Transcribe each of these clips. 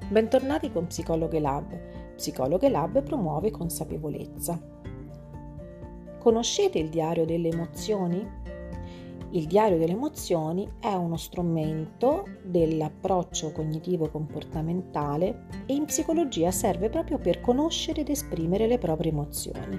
Bentornati con Psicologhe Lab. Psicologhe Lab promuove consapevolezza. Conoscete il diario delle emozioni? Il diario delle emozioni è uno strumento dell'approccio cognitivo-comportamentale e in psicologia serve proprio per conoscere ed esprimere le proprie emozioni.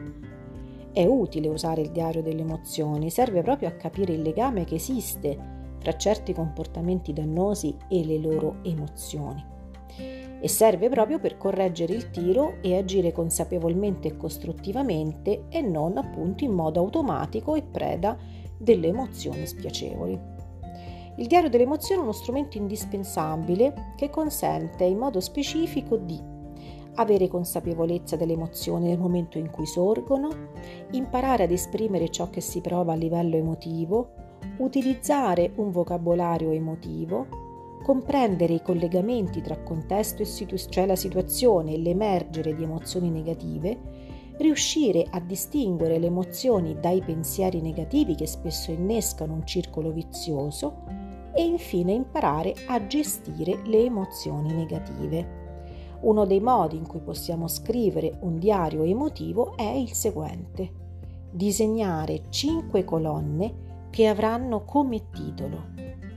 È utile usare il diario delle emozioni, serve proprio a capire il legame che esiste fra certi comportamenti dannosi e le loro emozioni. E serve proprio per correggere il tiro e agire consapevolmente e costruttivamente e non appunto in modo automatico e preda delle emozioni spiacevoli. Il diario delle emozioni è uno strumento indispensabile che consente in modo specifico di avere consapevolezza delle emozioni nel momento in cui sorgono, imparare ad esprimere ciò che si prova a livello emotivo, utilizzare un vocabolario emotivo, comprendere i collegamenti tra contesto e cioè la situazione e l'emergere di emozioni negative, riuscire a distinguere le emozioni dai pensieri negativi che spesso innescano un circolo vizioso e infine imparare a gestire le emozioni negative. Uno dei modi in cui possiamo scrivere un diario emotivo è il seguente: disegnare 5 colonne che avranno come titolo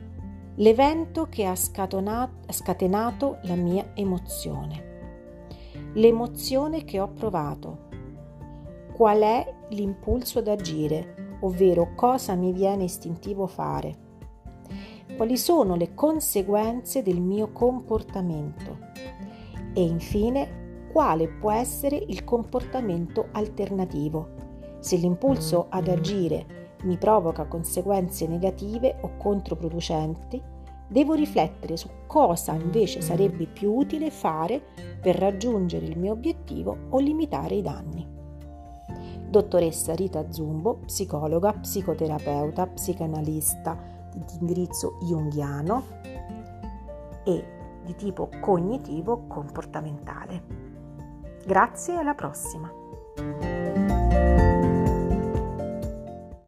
l'evento che ha scatenato la mia emozione, l'emozione che ho provato, qual è l'impulso ad agire, ovvero cosa mi viene istintivo fare, quali sono le conseguenze del mio comportamento e infine quale può essere il comportamento alternativo. Se l'impulso ad agire mi provoca conseguenze negative o controproducenti, devo riflettere su cosa invece sarebbe più utile fare per raggiungere il mio obiettivo o limitare i danni. Dottoressa Rita Zumbo, psicologa, psicoterapeuta, psicanalista di indirizzo junghiano e di tipo cognitivo-comportamentale. Grazie e alla prossima!